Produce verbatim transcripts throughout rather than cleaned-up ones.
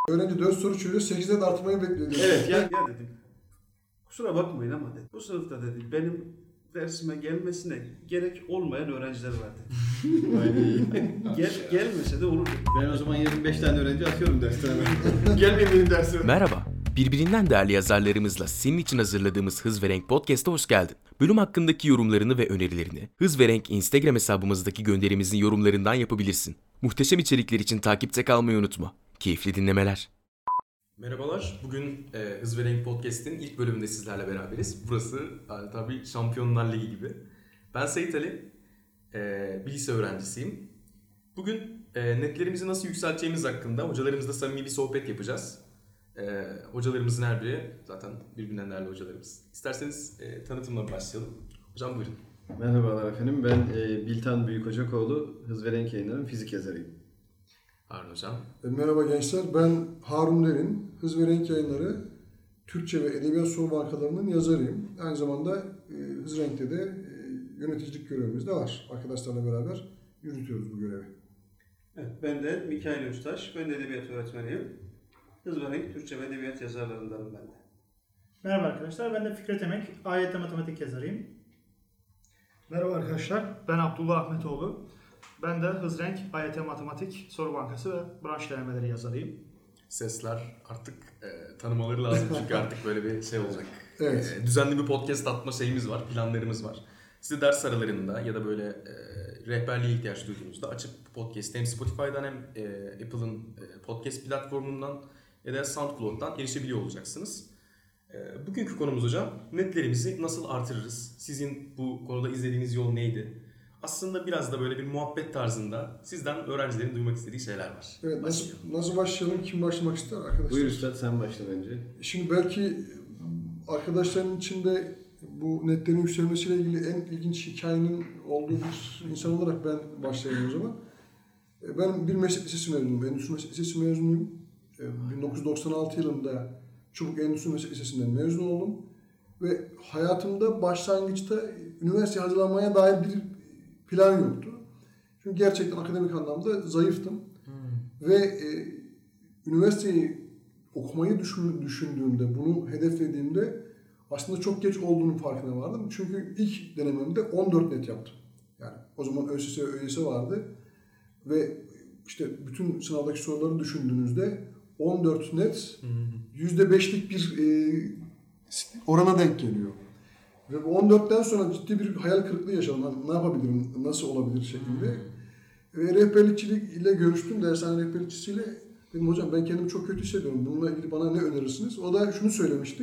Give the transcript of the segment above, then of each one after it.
Öğrenci dört soru çözüyor, sekize de artmayı bekliyor. Evet ya, ya dedim. Kusura bakmayın ama dedim. Bu sınıfta dedim benim dersime gelmesine gerek olmayan öğrenciler vardı. Gel, gelmese de olur. Ben o zaman yirmi beş tane öğrenci atıyorum dersten. Gelmeyin benim dersime. Merhaba. Birbirinden değerli yazarlarımızla senin için hazırladığımız Hız ve Renk Podcast'a hoş geldin. Bölüm hakkındaki yorumlarını ve önerilerini Hız ve Renk Instagram hesabımızdaki gönderimizin yorumlarından yapabilirsin. Muhteşem içerikler için takipte kalmayı unutma. Keyifli dinlemeler. Merhabalar. Bugün e, Hız ve Renk Podcast'in ilk bölümünde sizlerle beraberiz. Burası e, tabii Şampiyonlar Ligi gibi. Ben Sait Ali, e, bir lise öğrencisiyim. Bugün e, netlerimizi nasıl yükselteceğimiz hakkında hocalarımızla samimi bir sohbet yapacağız. Ee, hocalarımızın her biri zaten birbirinden değerli hocalarımız. İsterseniz e, tanıtımla başlayalım. Hocam buyurun. Merhabalar efendim. Ben e, Biltan Büyükocakoğlu, Hız ve Renk Yayınları'nın fizik yazarıyım. Harun hocam. E, merhaba gençler, ben Harun Derin, Hız ve Renk Yayınları Türkçe ve Edebiyat Soru Bankalarının yazarıyım. Aynı zamanda e, Hız Renk'te de e, yöneticilik görevimiz de var. Arkadaşlarla beraber yürütüyoruz bu görevi. Evet, ben de Mikail Öztaş, ben de edebiyat öğretmeniyim. Hız ve Renk Türkçe ve Edebiyat yazarlarındanım ben de. Merhaba arkadaşlar, ben de Fikret Emek, A Y T Matematik yazarıyım. Merhaba arkadaşlar, ben Abdullah Ahmetoğlu. Ben de Hız Renk, A Y T Matematik, Soru Bankası ve Branş Denemeleri yazarıyım. Sesler artık e, tanımaları lazım çünkü artık böyle bir şey olacak. Evet. E, düzenli bir podcast atma şeyimiz var, planlarımız var. Size ders aralarında ya da böyle e, rehberliğe ihtiyaç duyduğunuzda açıp podcast'ı hem Spotify'dan hem e, Apple'ın e, podcast platformundan ya da SoundCloud'dan erişebiliyor olacaksınız. E, bugünkü konumuz hocam, netlerimizi nasıl artırırız? Sizin bu konuda izlediğiniz yol neydi? Aslında biraz da böyle bir muhabbet tarzında sizden öğrencilerin duymak istediği şeyler var. Evet, nasıl, nasıl başlayalım? Kim başlamak ister arkadaşlar? Buyur Üstad, sen başla bence. Şimdi belki arkadaşların içinde bu netlerin yükselmesiyle ilgili en ilginç hikayenin olduğu bir insan olarak ben başlayayım o zaman. Ben bir meslek lisesi mezunuyum, Endüstri Meslek Lisesi mezunuyum. bin dokuz yüz doksan altı yılında Çubuk Endüstri Meslek Lisesi'nden mezun oldum. Ve hayatımda başlangıçta üniversiteye hazırlanmaya dair bir plan yoktu. Çünkü gerçekten akademik anlamda zayıftım. Hmm. Ve e, üniversiteyi okumayı düşün, düşündüğümde, bunu hedeflediğimde aslında çok geç olduğunun farkına vardım. Çünkü ilk denememde on dört net yaptım. Yani o zaman ÖSS, ÖYS vardı. Ve işte bütün sınavdaki soruları düşündüğünüzde on dört net yüzde beşlik bir e, orana denk geliyor. Ve bu on dörtten sonra ciddi bir hayal kırıklığı yaşadım. Hani ne yapabilirim, nasıl olabilir şeklinde. Hmm. Ve rehberlikçilik ile görüştüm, dershane rehberlikçisiyle. Dedim hocam ben kendimi çok kötü hissediyorum. Bununla ilgili bana ne önerirsiniz? O da şunu söylemişti.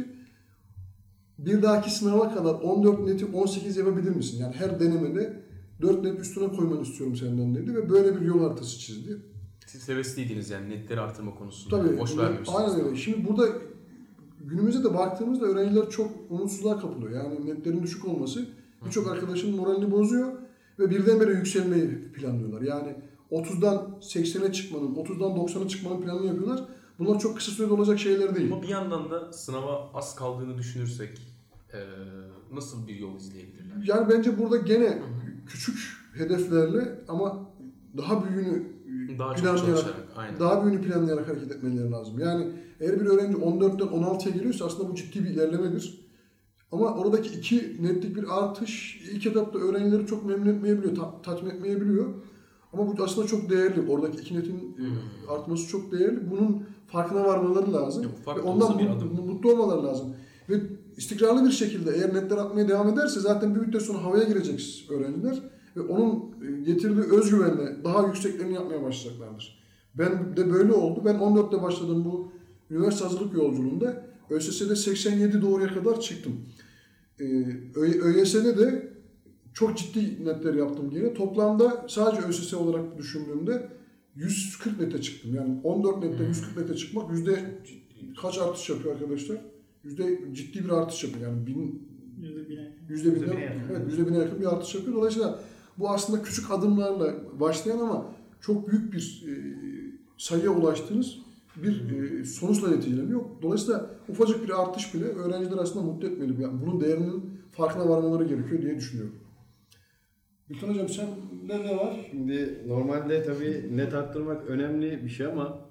Bir dahaki sınava kadar on dört neti on sekiz yapabilir misin? Yani her denemede dört net üstüne koymanı istiyorum senden dedi. Ve böyle bir yol haritası çizdi. Siz hevesliydiniz yani netleri artırma konusunda. Tabii. Boş vermiyorsunuz. Aynen öyle. Şimdi burada günümüzde de baktığımızda öğrenciler çok umutsuzluğa kapılıyor. Yani netlerin düşük olması birçok arkadaşın moralini bozuyor ve birdenbire yükselmeyi planlıyorlar. Yani otuzdan seksene çıkmanın, otuzdan doksana çıkmanın planını yapıyorlar. Bunlar çok kısa sürede olacak şeyler değil. Ama bir yandan da sınava az kaldığını düşünürsek e, nasıl bir yol izleyebilirler? Yani bence burada gene küçük hedeflerle ama daha büyüğünü daha planlayarak, aynen. daha büyüğünü planlayarak hareket etmeleri lazım. Yani eğer bir öğrenci on dörtten on altıya geliyorsa aslında bu ciddi bir ilerlemedir. Ama oradaki iki netlik bir artış ilk etapta öğrencileri çok memnun etmeyebiliyor, ta- tatmin etmeyebiliyor. Ama bu aslında çok değerli. Oradaki iki netin hmm. artması çok değerli. Bunun farkına varmaları lazım. Yok, ve ondan mutlu, mutlu olmaları lazım. Ve istikrarlı bir şekilde eğer netler artmaya devam ederse zaten bir müddet sonra havaya girecek öğrenciler. Ve onun getirdiği özgüvenle daha yükseklerini yapmaya başlayacaklardır. Ben de böyle oldu. Ben on dörtte başladım bu üniversite hazırlık yolculuğunda. ÖSS'de seksen yedi doğruya kadar çıktım. Ee, ÖYS'de de çok ciddi netler yaptım yine. Toplamda sadece ÖSS olarak düşündüğümde yüz kırk nete çıktım. Yani on dört nette yüz kırk nete çıkmak yüzde kaç artış yapıyor arkadaşlar? Yüzde ciddi bir artış yapıyor. Yani bin, Yüzde bine. Yüzde bine, evet, yüzde bine yakın bir artış yapıyor. Dolayısıyla bu aslında küçük adımlarla başlayan ama çok büyük bir e, sayıya ulaştığınız bir e, sonuçla neticeleniyor. Dolayısıyla ufacık bir artış bile öğrenciler aslında mutlu etmeli. Yani bunun değerinin farkına varmaları gerekiyor diye düşünüyorum. Gülten Hocam sen ne var? Şimdi normalde tabii net arttırmak önemli bir şey ama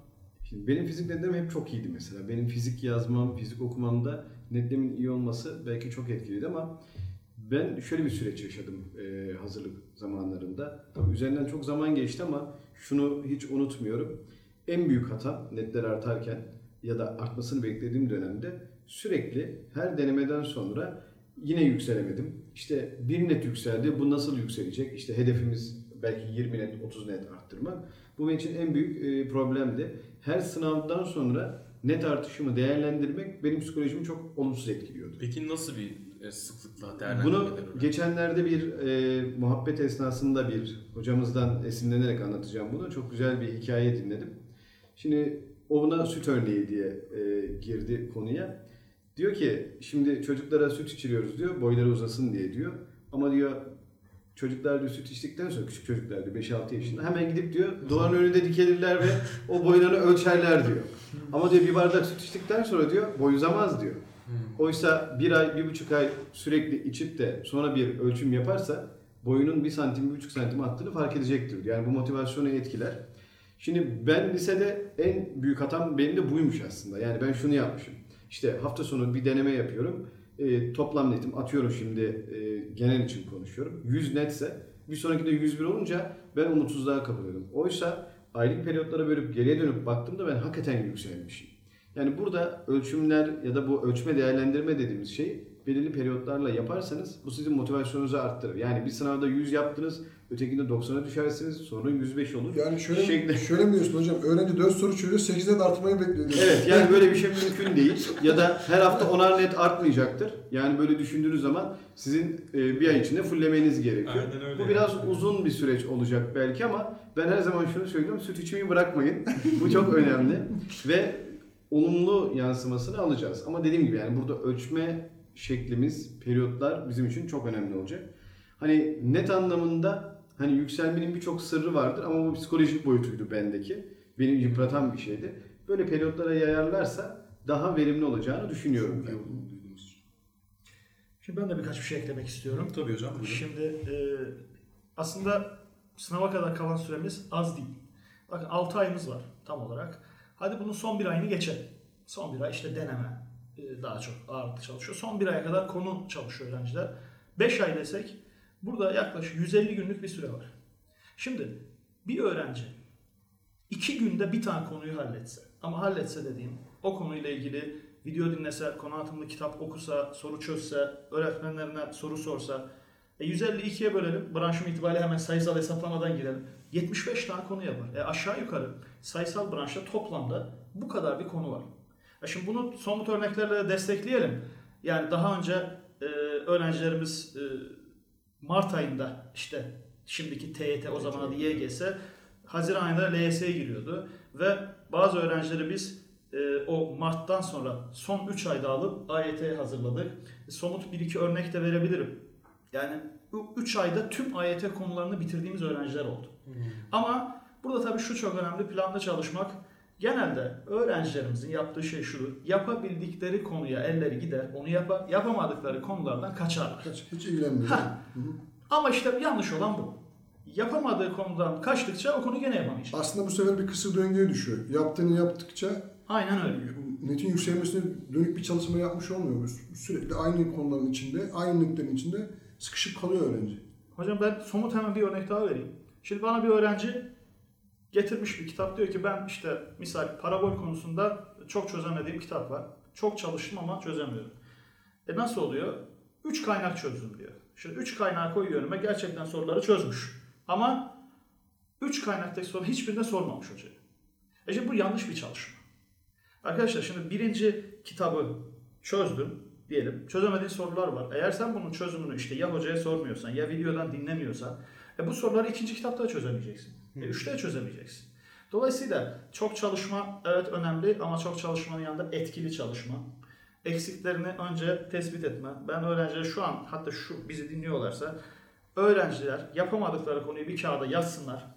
Şimdi benim fizik netlerim hep çok iyiydi mesela. Benim fizik yazmam, fizik okumamda netlemin iyi olması belki çok etkiliydi ama ben şöyle bir süreç yaşadım e, hazırlık zamanlarında. Tabii üzerinden çok zaman geçti ama şunu hiç unutmuyorum. En büyük hatam netler artarken ya da artmasını beklediğim dönemde sürekli her denemeden sonra yine yükselemedim. İşte bir net yükseldi, bu nasıl yükselecek? İşte hedefimiz belki yirmi net, otuz net arttırmak. Bu benim için en büyük e, problemdi. Her sınavdan sonra net artışımı değerlendirmek benim psikolojimi çok olumsuz etkiliyordu. Peki nasıl bir sıklıkla değerlendirmeler Bunu öğrendin? geçenlerde bir e, muhabbet esnasında bir hocamızdan esinlenerek anlatacağım bunu. Çok güzel bir hikaye dinledim. Şimdi ona süt örneği diye e, girdi konuya. Diyor ki şimdi çocuklara süt içiriyoruz diyor, boyları uzasın diye diyor. Ama diyor çocuklar diyor süt içtikten sonra, küçük çocuklar diyor beş altı yaşında hemen gidip diyor duvarın önünde dikelirler ve o boylarını ölçerler diyor. Ama diyor bir bardak süt içtikten sonra diyor boy uzamaz diyor. Oysa bir ay, bir buçuk ay sürekli içip de sonra bir ölçüm yaparsa boyunun bir santim, bir buçuk santim attığını fark edecektir. Yani bu motivasyonu etkiler. Şimdi ben lisede en büyük hatam benim de buymuş aslında. Yani ben şunu yapmışım. İşte hafta sonu bir deneme yapıyorum. E, toplam netim atıyorum şimdi e, genel için konuşuyorum. yüz netse bir sonraki de yüz bir olunca ben umutsuzluğa kapılıyorum. Oysa aylık periyotlara bölüp geriye dönüp baktığımda ben hakikaten yükselmişim. Yani burada ölçümler ya da bu ölçme değerlendirme dediğimiz şeyi belirli periyotlarla yaparsanız bu sizin motivasyonunuzu arttırır. Yani bir sınavda yüz yaptınız, ötekinde doksana düşersiniz, sonra yüz beş olur. Yani şöyle, Şekli... şöyle mi diyorsun hocam? Öğrenci dört soru çözüyor, sekizde de artmayı bekliyor. Evet, yani böyle bir şey mümkün değil. Ya da her hafta onar net artmayacaktır. Yani böyle düşündüğünüz zaman sizin bir ay içinde fullemeniz gerekiyor. Bu biraz yani uzun bir süreç olacak belki ama ben her zaman şunu söylüyorum, süt içmeyi bırakmayın. Bu çok önemli. Ve olumlu yansımasını alacağız. Ama dediğim gibi yani burada ölçme şeklimiz, periyotlar bizim için çok önemli olacak. Hani net anlamında hani yükselmenin birçok sırrı vardır ama bu psikolojik boyutuydu bendeki. Beni yıpratan bir şeydi. Böyle periyotlara yayarlarsa daha verimli olacağını düşünüyorum ben. Şimdi ben de birkaç bir şey eklemek istiyorum. Tabii hocam. Buyurun. Şimdi e, aslında sınava kadar kalan süremiz az değil. Bakın altı ayımız var tam olarak. Hadi bunun son bir ayını geçelim. Son bir ay işte deneme e, daha çok ağırlıklı çalışıyor. Son bir aya kadar konu çalışıyor öğrenciler. beş ay desek burada yaklaşık yüz elli günlük bir süre var. Şimdi bir öğrenci iki günde bir tane konuyu halletse ama halletse dediğim o konuyla ilgili video dinlese, konu hakkında kitap okusa, soru çözse, öğretmenlerine soru sorsa e yüz elli ikiye bölelim. Branşım itibariyle hemen sayısal hesaplamadan girelim. yetmiş beş tane konu yapar. E aşağı yukarı sayısal branşta toplamda bu kadar bir konu var. E şimdi bunu somut örneklerle de destekleyelim. Yani daha önce e, öğrencilerimiz e, Mart ayında işte şimdiki T Y T o zaman adı Y G S, Haziran ayında L Y S'ye giriyordu. Ve bazı öğrencileri biz e, o Mart'tan sonra son üç ayda alıp A Y T'ye hazırladık. E, somut bir iki örnek de verebilirim. Yani bu üç ayda tüm A Y T konularını bitirdiğimiz öğrenciler oldu. Hmm. Ama burada tabii şu çok önemli, planlı çalışmak. Genelde öğrencilerimizin yaptığı şey şudur. Yapabildikleri konuya elleri gider, onu yapar. Yapamadıkları konulardan kaçarlar. Kaç, hiç ilgilenmiyor. Ama işte yanlış olan bu. Yapamadığı konudan kaçtıkça o konu gene yapamayacak. Aslında bu sefer bir kısır döngüye düşüyor. Yaptığını yaptıkça aynen öyle. Netin yükselmesine dönük bir çalışma yapmış olmuyor. Sürekli aynı konuların içinde, aynı noktaların içinde sıkışıp kalıyor öğrenci. Hocam ben somut hemen bir örnek daha vereyim. Şimdi bana bir öğrenci getirmiş bir kitap, diyor ki ben işte misal parabol konusunda çok çözemediğim kitap var. Çok çalıştım ama çözemiyorum. E nasıl oluyor? Üç kaynak çözdüm diyor. Şimdi üç kaynağı koyuyor önüme, gerçekten soruları çözmüş. Ama üç kaynaktaki soru hiçbirinde sormamış hocam. E şimdi bu yanlış bir çalışma. Arkadaşlar şimdi birinci kitabı çözdüm diyelim. Çözemediğin sorular var. Eğer sen bunun çözümünü işte ya hocaya sormuyorsan ya videodan dinlemiyorsan e bu soruları ikinci kitapta çözemeyeceksin. E üçte de çözemeyeceksin. Dolayısıyla çok çalışma evet önemli ama çok çalışmanın yanında etkili çalışma. Eksiklerini önce tespit etme. Ben öğrencilere şu an hatta şu bizi dinliyorlarsa öğrenciler yapamadıkları konuyu bir kağıda yazsınlar.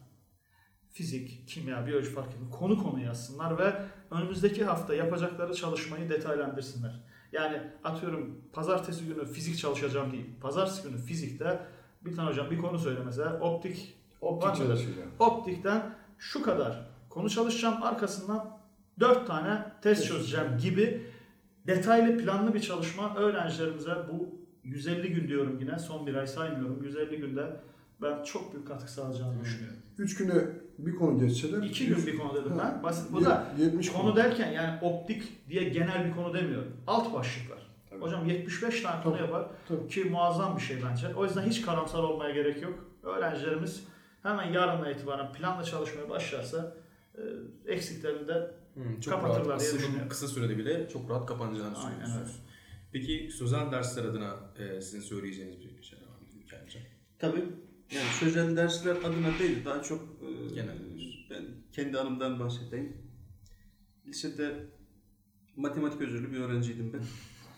Fizik, kimya, biyoloji fark etmiyor. Konu konu yazsınlar ve önümüzdeki hafta yapacakları çalışmayı detaylandırsınlar. Yani atıyorum pazartesi günü fizik çalışacağım değil. Pazartesi günü fizikte bir tane hocam bir konu söyle mesela optik optik çalışacağım. Optikten şu kadar konu çalışacağım, arkasından dört tane test çözeceğim gibi detaylı planlı bir çalışma öğrencilerimize bu yüz elli gün diyorum yine, son bir ay saymıyorum, yüz elli günde ben çok büyük katkı sağlayacağını düşünüyorum. Üç güne bir konu geçseler. İki gün bir konu dedim ben. Basit. Bu Ye- da yetmiş konu konu. derken yani optik diye genel bir konu demiyorum. Alt başlıklar. Tabii. Hocam yetmiş beş tane konu Tabii. yapar Tabii. ki muazzam bir şey bence. O yüzden hiç karamsar olmaya gerek yok. Öğrencilerimiz hemen yarından itibaren planla çalışmaya başlarsa e, eksiklerini de Hmm, çok kapatırlar rahat, diye aslında düşünüyorum. kısa sürede bile çok rahat kapanacağını Aynen söylüyorsunuz. Peki sözel dersler adına e, sizin söyleyeceğiniz bir şey var mı? Hikayece? Tabii. Yani sözel dersler adına değil, daha çok e, Genel. ben kendi anımdan bahsedeyim. Lisede matematik özürlü bir öğrenciydim ben.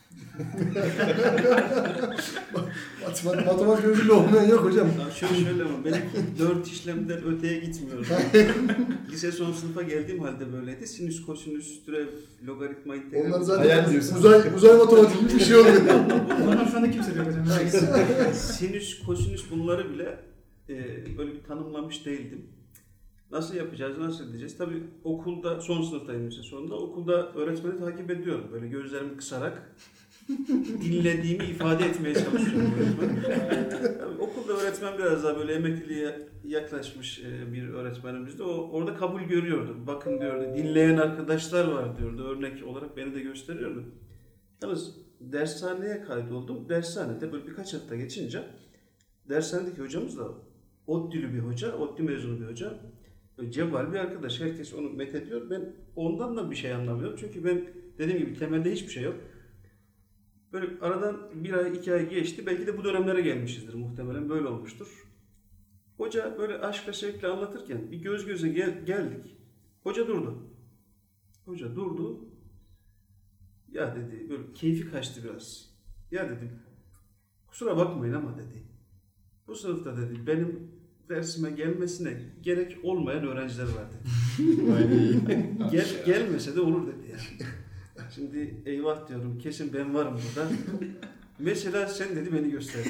Matematik, matematik özürlü olmayan yok hocam. Abi şöyle şöyle ama benimki dört işlemden öteye gitmiyor. Lise son sınıfa geldiğim halde böyleydi. Sinüs, kosinüs, türev, logaritma, integral. Onlar Hayal zaten diyorsun. uzay, uzay matematik bir şey oluyor. Bunlar sende kimse yok hocam. Sinüs, kosinüs bunları bile e, böyle bir tanımlamış değildim. Nasıl yapacağız, nasıl edeceğiz? Tabii okulda, son sınıftayım lise sonunda, okulda öğretmeni takip ediyorum. Böyle gözlerimi kısarak dinlediğimi ifade etmeye çalışıyorum öğretmen. Tabii okulda öğretmen biraz daha böyle emekliliğe yaklaşmış e, bir öğretmenimizdi. O orada kabul görüyordu. Bakın diyordu, dinleyen arkadaşlar var diyordu. Örnek olarak beni de gösteriyordu. Yalnız dershaneye kaydoldum. Dershanede böyle birkaç hafta geçince dershanedeki hocamız da ODTÜ'lü bir hoca, ODTÜ mezunu bir hoca. Böyle cevval bir arkadaş. Herkes onu methediyor. Ben ondan da bir şey anlamıyorum. Çünkü ben dediğim gibi temelde hiçbir şey yok. Böyle aradan bir ay, iki ay geçti. Belki de bu dönemlere gelmişizdir muhtemelen. Böyle olmuştur. Hoca böyle aşkla şevkle anlatırken bir göz göze gel- geldik. Hoca durdu. Hoca durdu. Ya dedi, böyle keyfi kaçtı biraz. Ya dedim, kusura bakmayın ama dedi. Bu sınıfta dedi, benim dersime gelmesine gerek olmayan öğrenciler vardı. Gel, gelmese de olur dedi yani. Şimdi eyvah diyorum, kesin ben varım burada. Mesela sen dedi, beni gösterdi.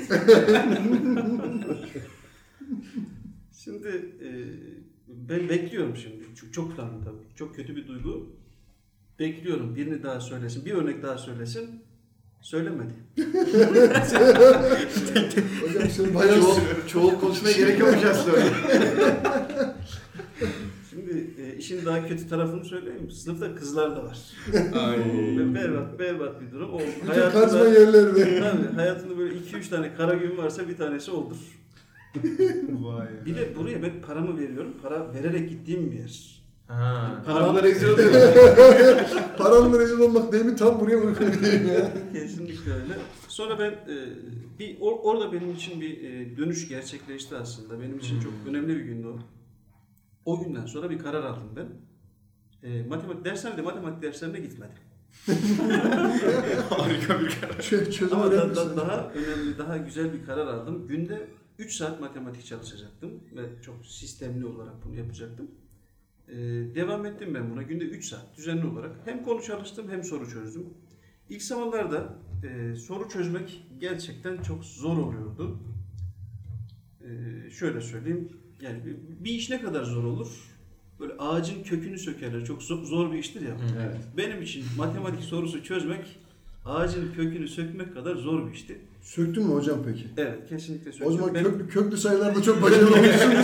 Şimdi e, ben bekliyorum şimdi. Çok, çok utandım tabii. Çok kötü bir duygu. Bekliyorum, birini daha söylesin, bir örnek daha söylesin. Söylemedi. Hocam sen bayağı... Çoğul, çoğul konuşmaya gerek yok aslında. Şimdi e, işin daha kötü tarafını söyleyeyim. Sınıfta kızlar da var. Ay. Ve berbat, berbat bir durum. O Bütün karizma yerlerde. tabii, hayatında böyle iki üç tane kara gün varsa bir tanesi odur. Vay. Bir de buraya ben paramı veriyorum. Para vererek gittiğim bir yer. Ha. Paramla rezil oluyor. Paranın rezil olmak değil mi? Tam buraya uygun değil ya. Kesinlikle öyle. Sonra ben e, bir or, orada benim için bir e, dönüş gerçekleşti aslında. Benim için çok önemli bir gündü o. O günden sonra bir karar aldım ben. E, matematik derslerinde matematik derslerine gitmedim. Harika bir karar. Çö- Çözüm Ama da, öğrenmişsin. da, daha önemli, daha güzel bir karar aldım. Günde üç saat matematik çalışacaktım ve çok sistemli olarak bunu yapacaktım. Ee, devam ettim ben buna. Günde üç saat düzenli olarak. Hem konu çalıştım hem soru çözdüm. İlk zamanlarda e, soru çözmek gerçekten çok zor oluyordu. Ee, şöyle söyleyeyim. Yani bir, bir iş ne kadar zor olur? Böyle ağacın kökünü sökerler. Çok zor, zor bir iştir ya. Evet. Benim için matematik sorusu çözmek ağacın kökünü sökmek kadar zor bir işti. Söktün mü hocam peki? Evet, kesinlikle söktüm. O zaman Ben- köklü, köklü sayılarda çok başarılı olmuşsunuz.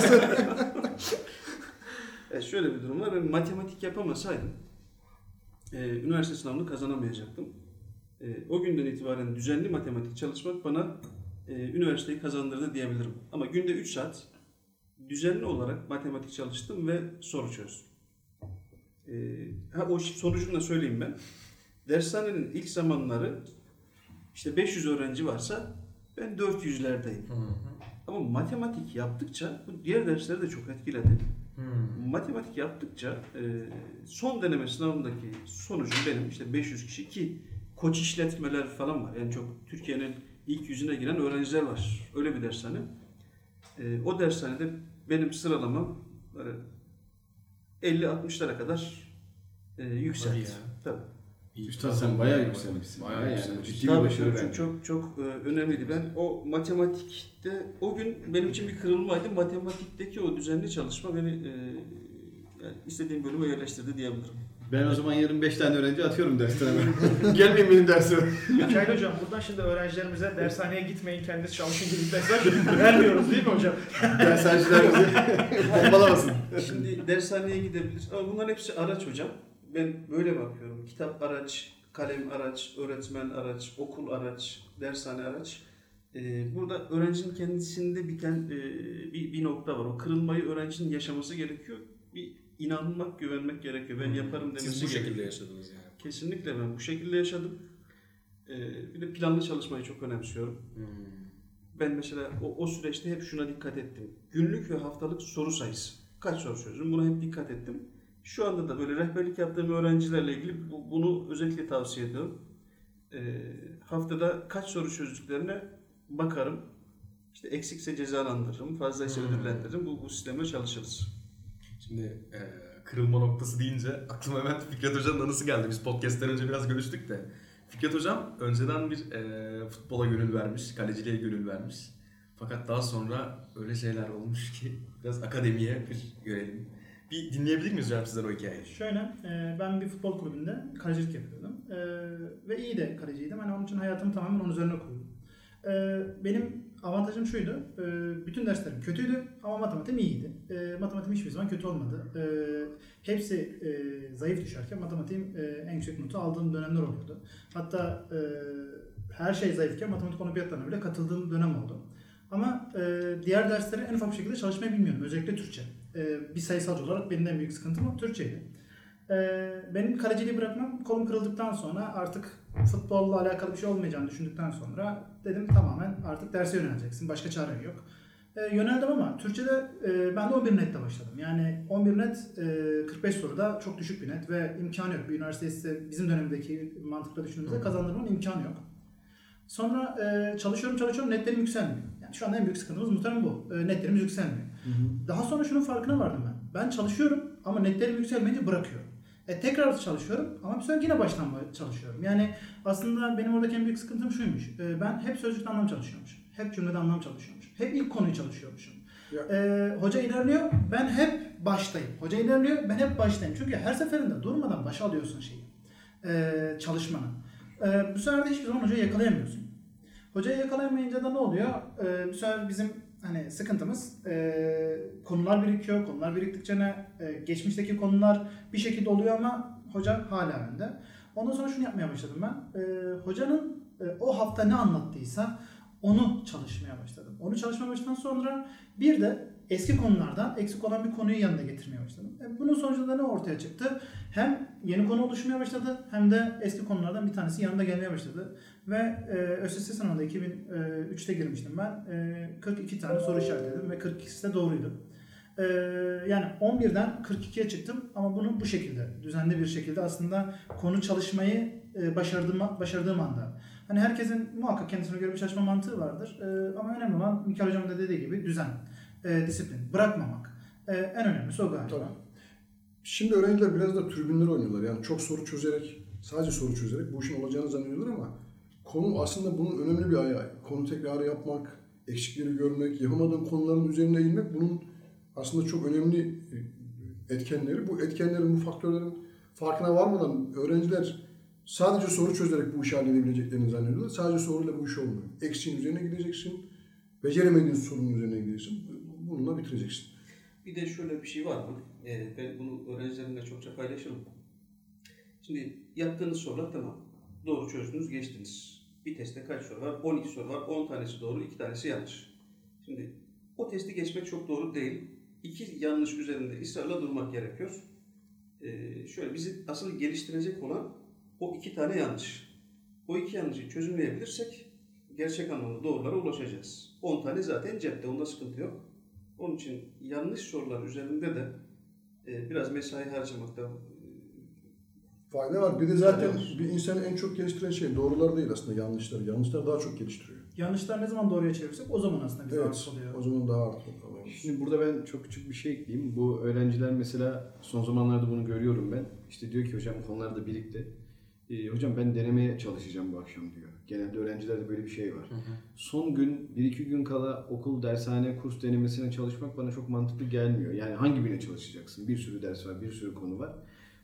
Evet, şöyle bir durum var. Ben matematik yapamasaydım e, üniversite sınavını kazanamayacaktım. E, o günden itibaren düzenli matematik çalışmak bana e, üniversiteyi kazandırdı diyebilirim. Ama günde üç saat düzenli olarak matematik çalıştım ve soru çözdüm. E, ha, o sonucunu da söyleyeyim ben. Dershanenin ilk zamanları işte beş yüz öğrenci varsa ben dört yüzlerdeyim. Ama matematik yaptıkça bu diğer dersleri de çok etkiledi. Hmm. Matematik yaptıkça e, son deneme sınavındaki sonucum benim işte beş yüz kişi ki koç işletmeler falan var. Yani çok Türkiye'nin ilk yüzüne giren öğrenciler var. Öyle bir dershane. E, o dershanede benim sıralamam böyle elli altmışlara kadar e, yükseldi. Hadi ya. Tabii. Üstad sen bayağı yükselmişsin. Bayağı Bayağı yani yükselmişsin. ciddi bir Tabii, başarı çok, bence. çok çok e, önemliydi. Ben o matematikte o gün benim için bir kırılmaydı. Matematikteki o düzenli çalışma beni e, yani istediğim bölüme yerleştirdi diyebilirim. Ben o zaman yarın beş tane öğrenci atıyorum dersten hemen. Gelmeyin benim dersime. Mikail hocam buradan şimdi öğrencilerimize dershaneye gitmeyin kendiniz çalışın gibi mesaj vermiyoruz değil mi hocam? Dershaneciler bizi bombalamasın. Şimdi dershaneye gidebilir ama bunların hepsi araç hocam. Ben böyle bakıyorum. Kitap araç, kalem araç, öğretmen araç, okul araç, dershane araç. Ee, burada öğrencinin kendisinde biten e, bir, bir nokta var. O kırılmayı öğrencinin yaşaması gerekiyor. Bir inanmak, güvenmek gerekiyor. Ben yaparım demesi Siz bu gerekiyor. şekilde yaşadınız yani. Kesinlikle ben bu şekilde yaşadım. Ee, bir de planlı çalışmayı çok önemsiyorum. Hmm. Ben mesela o, o süreçte hep şuna dikkat ettim. Günlük ve haftalık soru sayısı. Kaç soru çözdüm? Buna hep dikkat ettim. Şu anda da böyle rehberlik yaptığım öğrencilerle ilgili bu, bunu özellikle tavsiye ediyorum. Ee, haftada kaç soru çözdüklerine bakarım. İşte eksikse cezalandırırım, fazlaysa Hmm. ödüllendiririm. Bu, bu sistemle çalışırız. Şimdi e, kırılma noktası deyince aklıma hemen Fikret Hoca'nın anısı geldi. Biz podcast'ten önce biraz görüştük de. Fikret Hocam önceden bir e, futbola gönül vermiş, kaleciliğe gönül vermiş. Fakat daha sonra öyle şeyler olmuş ki biraz akademiye bir görelim. Bir dinleyebilir miyiz hocam sizden o hikayeyi? Şöyle, e, ben bir futbol kulübünde kalecilik yapıyordum. E, ve iyi de kaleciydim. Hani onun için hayatımı tamamen onun üzerine kurdum. E, benim avantajım şuydu, e, bütün derslerim kötüydü ama matematiğim iyiydi. E, matematiğim hiçbir zaman kötü olmadı. E, hepsi e, zayıf düşerken matematiğim e, en yüksek notu aldığım dönemler oluyordu. Hatta e, her şey zayıfken matematik olimpiyatlarına bile katıldığım dönem oldu. Ama e, diğer dersleri en ufak bir şekilde çalışmayı bilmiyorum. Özellikle Türkçe. E, bir sayısalcı olarak benim en büyük sıkıntım o Türkçeydi. E, benim kaleciliği bırakmam kolum kırıldıktan sonra artık futbolla alakalı bir şey olmayacağını düşündükten sonra dedim tamamen artık derse yöneleceksin. Başka çaren yok. E, yöneldim ama Türkçe'de e, ben de on bir netle başladım. Yani on bir net e, kırk beş soruda çok düşük bir net ve imkanı yok. Bir üniversite ise bizim dönemdeki mantıkla düşündüğümüzde kazandırmanın imkanı yok. Sonra e, çalışıyorum çalışıyorum netlerim yükselmiyor. Yani şu anda en büyük sıkıntımız muhtemelen bu. E, netlerimiz yükselmiyor. Hı hı. Daha sonra şunun farkına vardım ben. Ben çalışıyorum ama netlerim yükselmeyince bırakıyorum. E, tekrar çalışıyorum ama bir sefer yine baştan çalışıyorum. Yani aslında benim oradaki en büyük sıkıntım şuymuş. E, ben hep sözcükte anlam çalışıyormuşum. Hep cümlede anlam çalışıyormuşum. Hep ilk konuyu çalışıyormuşum. E, hoca ilerliyor, ben hep baştayım. Hoca ilerliyor, ben hep baştayım. Çünkü her seferinde durmadan başa alıyorsun şeyi. E, çalışmanı. E, bu sefer de hiçbir zaman hocayı yakalayamıyorsun. Hocayı yakalayamayınca da ne oluyor? E, bu sefer bizim hani sıkıntımız e, konular birikiyor. Konular biriktikçe ne? E, geçmişteki konular bir şekilde oluyor ama hoca hala önde. Ondan sonra şunu yapmaya başladım ben. E, hocanın e, o hafta ne anlattıysa onu çalışmaya başladım. Onu çalışmaya başladıktan sonra bir de eski konulardan eksik olan bir konuyu yanına getirmeye başladım. E, bunun sonucunda ne ortaya çıktı? Hem yeni konu oluşmaya başladı hem de eski konulardan bir tanesi yanında gelmeye başladı. Ve e, ÖSS sınavında iki bin üçte girmiştim ben. E, kırk iki tane soru işaretledim ve kırk ikisi de doğruydu. E, yani on birden kırk ikiye çıktım ama bunu bu şekilde, düzenli bir şekilde aslında konu çalışmayı e, başardığım, başardığım anda. Hani herkesin muhakkak kendisine göre bir çalışma mantığı vardır. E, ama önemli olan Mikail Hocam'ın da dediği gibi düzen, e, disiplin, bırakmamak. E, en önemlisi o galiba. Tabii. Şimdi öğrenciler biraz da tribünler oynuyorlar. Yani çok soru çözerek, sadece soru çözerek bu işin olacağını zannediyorlar ama konu aslında bunun önemli bir ayağı. Konu tekrarı yapmak, eksikleri görmek, yapamadığın konuların üzerine eğilmek bunun aslında çok önemli etkenleri. Bu etkenlerin, bu faktörlerin farkına varmadan öğrenciler sadece soru çözerek bu işi halledebileceklerini zannediyorlar. Sadece soruyla bu iş olmuyor. Eksiğin üzerine gideceksin, beceremediğin sorunun üzerine gideceksin. Bununla bitireceksin. Bir de şöyle bir şey var mı? Ee, ben bunu öğrencilerimle çokça paylaşırım. Şimdi yaptığınız sorular tamam. Doğru çözdünüz, geçtiniz. Bir testte kaç soru var? on iki soru var. on tanesi doğru, iki tanesi yanlış. Şimdi o testi geçmek çok doğru değil. İki yanlış üzerinde ısrarla durmak gerekiyor. Ee, şöyle bizi asıl geliştirecek olan o iki tane yanlış. O iki yanlışı çözümleyebilirsek gerçek anlamda doğrulara ulaşacağız. on tane zaten cepte, onda sıkıntı yok. Onun için yanlış sorular üzerinde de e, biraz mesai harcamakta fayda var. Bir de zaten bir insanı en çok geliştiren şey doğrular değil aslında, yanlışlar. Yanlışlar daha çok geliştiriyor. Yanlışlar ne zaman doğruya çevirirsek o zaman aslında bize evet, artı oluyor. o zaman daha artı oluyor. Şimdi burada ben çok küçük bir şey ekleyeyim. Bu öğrenciler mesela son zamanlarda bunu görüyorum ben. İşte diyor ki hocam konular da birikti. Ee, hocam ben denemeye çalışacağım bu akşam diyor. Genelde öğrencilerde böyle bir şey var. Hı hı. Son gün, bir iki gün kala okul, dershane, kurs denemesine çalışmak bana çok mantıklı gelmiyor. Yani hangi birine çalışacaksın? Bir sürü ders var, bir sürü konu var.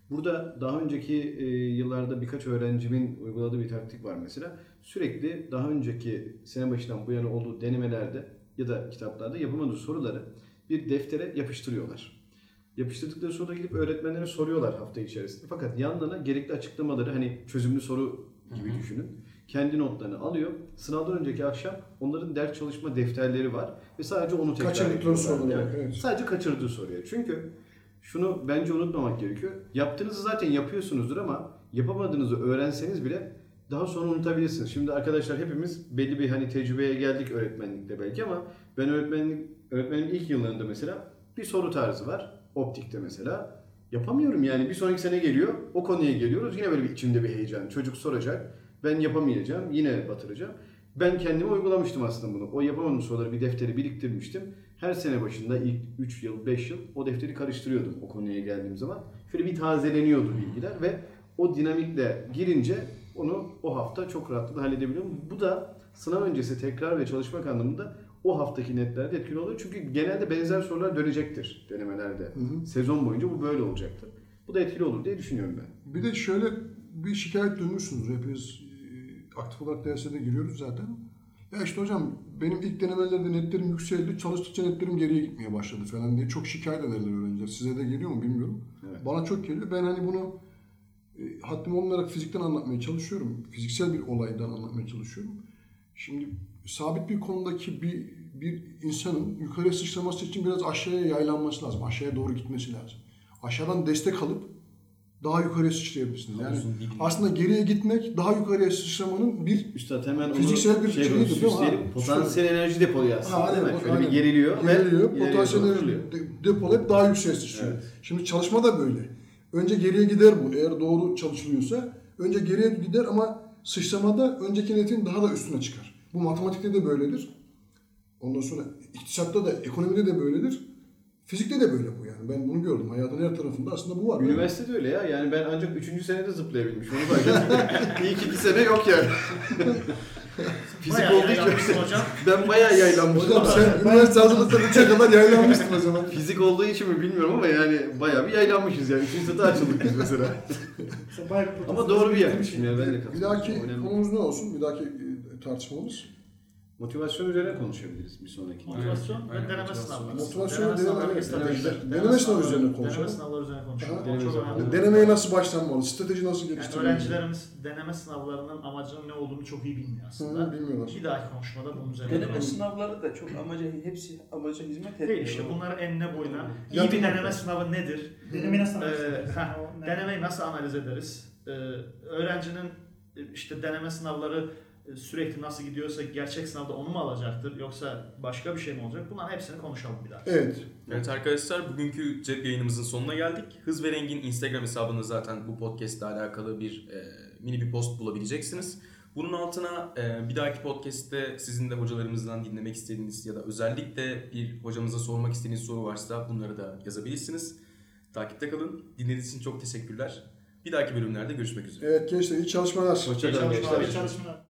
Burada daha önceki e, yıllarda birkaç öğrencimin uyguladığı bir taktik var mesela. Sürekli daha önceki sene başından bu yana olduğu denemelerde ya da kitaplarda yapamadığı soruları bir deftere yapıştırıyorlar. Yapıştırdıkları soruda gidip öğretmenlere soruyorlar hafta içerisinde. Fakat yanlarına gerekli açıklamaları hani çözümlü soru gibi Hı-hı. düşünün. Kendi notlarını alıyor. Sınavdan önceki akşam onların ders çalışma defterleri var ve sadece onu tekrar ediyorlar. Kaçırdıkları soruları. Yani Evet. Sadece kaçırdığı soruya. Çünkü şunu bence unutmamak gerekiyor. Yaptığınızı zaten yapıyorsunuzdur ama yapamadığınızı öğrenseniz bile daha sonra unutabilirsiniz. Şimdi arkadaşlar hepimiz belli bir hani tecrübeye geldik öğretmenlikte belki ama ben öğretmenlik öğretmenin ilk yıllarında mesela bir soru tarzı var. Optikte mesela. Yapamıyorum yani. Bir sonraki sene geliyor. O konuya geliyoruz. Yine böyle bir içimde bir heyecan. Çocuk soracak. Ben yapamayacağım. Yine batıracağım. Ben kendime uygulamıştım aslında bunu. O yapamadığım soruları bir deftere biriktirmiştim. Her sene başında ilk üç yıl, beş yıl o defteri karıştırıyordum o konuya geldiğim zaman. Şöyle bir tazeleniyordu bilgiler ve o dinamikle girince onu o hafta çok rahatlıkla halledebiliyorum. Bu da sınav öncesi tekrar ve çalışmak anlamında o haftaki netlerde etkili oluyor. Çünkü genelde benzer sorular dönecektir denemelerde. Hı hı. Sezon boyunca bu böyle olacaktır. Bu da etkili olur diye düşünüyorum ben. Bir de şöyle bir şikayet duymuşsunuz. Hepimiz aktif olarak derslere giriyoruz zaten. Ya işte hocam benim ilk denemelerde netlerim yükseldi, çalıştıkça netlerim geriye gitmeye başladı falan diye çok şikayet ederler öğrenciler. Size de geliyor mu bilmiyorum. Evet. Bana çok geliyor. Ben hani bunu e, haddim olmayarak fizikten anlatmaya çalışıyorum. Fiziksel bir olaydan anlatmaya çalışıyorum. Şimdi sabit bir konudaki bir bir insanın yukarıya sıçraması için biraz aşağıya yaylanması lazım. Aşağıya doğru gitmesi lazım. Aşağıdan destek alıp daha yukarıya sıçrayabilirsiniz. Yani aslında geriye gitmek daha yukarıya sıçramanın bir Üstad hemen fiziksel bir şey şeyidir değil mi? Potansiyel enerji depoluyor aslında ha, değil mi? Aynen, Şöyle aynen. bir geriliyor. Geriliyor. Potansiyel enerji depolayıp daha yükseğe sıçrıyor. Evet. Şimdi çalışma da böyle. Önce geriye gider bu eğer doğru çalışılıyorsa. Önce geriye gider ama sıçramada önceki netin daha da üstüne çıkar. Bu matematikte de böyledir. Ondan sonra iktisatta da, ekonomide de böyledir. Fizikte de böyle bu yani. Ben bunu gördüm. Hayatın her tarafında aslında bu var. Üniversitede yani. Öyle ya. Yani ben ancak üçüncü senede zıplayabilmişim. Onu fark ettim. İlk iki sene yok yani. Fizik olduğu için hocam. Ben bayağı yaylanmışım. Hocam sen üniversite hazırlıkta üçe kadar yaylanmıştın o zaman. Fizik olduğu için mi bilmiyorum ama yani bayağı bir yaylanmışız yani. Üçüncü sınıfta açıldık biz mesela. Ama doğru bir yaklaşım ya. Ben de katılıyorum. Bir dahaki konumuz ne olsun? Bir dahaki tartışmamız. Motivasyon üzerine konuşabiliriz bir sonraki. Motivasyon ve aynen, deneme sınavları. Motivasyon deneme, deneme, deneme sınavı üzerine konuşalım. Deneme sınavları üzerine konuşalım. Deneme çok önemli. Denemeye nasıl başlanmalı? Strateji nasıl geliştirilmeli? Yani öğrencilerimiz deneme sınavlarının amacının ne olduğunu çok iyi bilmiyor aslında. Hı, bilmiyorlar. Bir dahaki konuşmada bunun üzerine. Deneme sınavları da çok amaca, hepsi amaca hizmet etmiyor. Değil işte bunları enine boyuna. İyi bir deneme sınavı nedir? Denemeyi nasıl analiz ederiz? Ee, denemeyi nasıl analiz ederiz? Ee, öğrencinin işte deneme sınavları sürekli nasıl gidiyorsa gerçek sınavda onu mu alacaktır yoksa başka bir şey mi olacak? Bunların hepsini konuşalım bir daha. Evet. Evet arkadaşlar bugünkü cep yayınımızın sonuna geldik. Hız ve Reng'in Instagram hesabında zaten bu podcast ile alakalı bir e, mini bir post bulabileceksiniz. Bunun altına e, bir dahaki podcast'te sizin de hocalarımızdan dinlemek istediğiniz ya da özellikle bir hocamıza sormak istediğiniz soru varsa bunları da yazabilirsiniz. Takipte kalın. Dinlediğiniz için çok teşekkürler. Bir dahaki bölümlerde görüşmek üzere. Evet gençler iyi çalışmalar. Hoşçakalın gençler. İyi çalışmalar.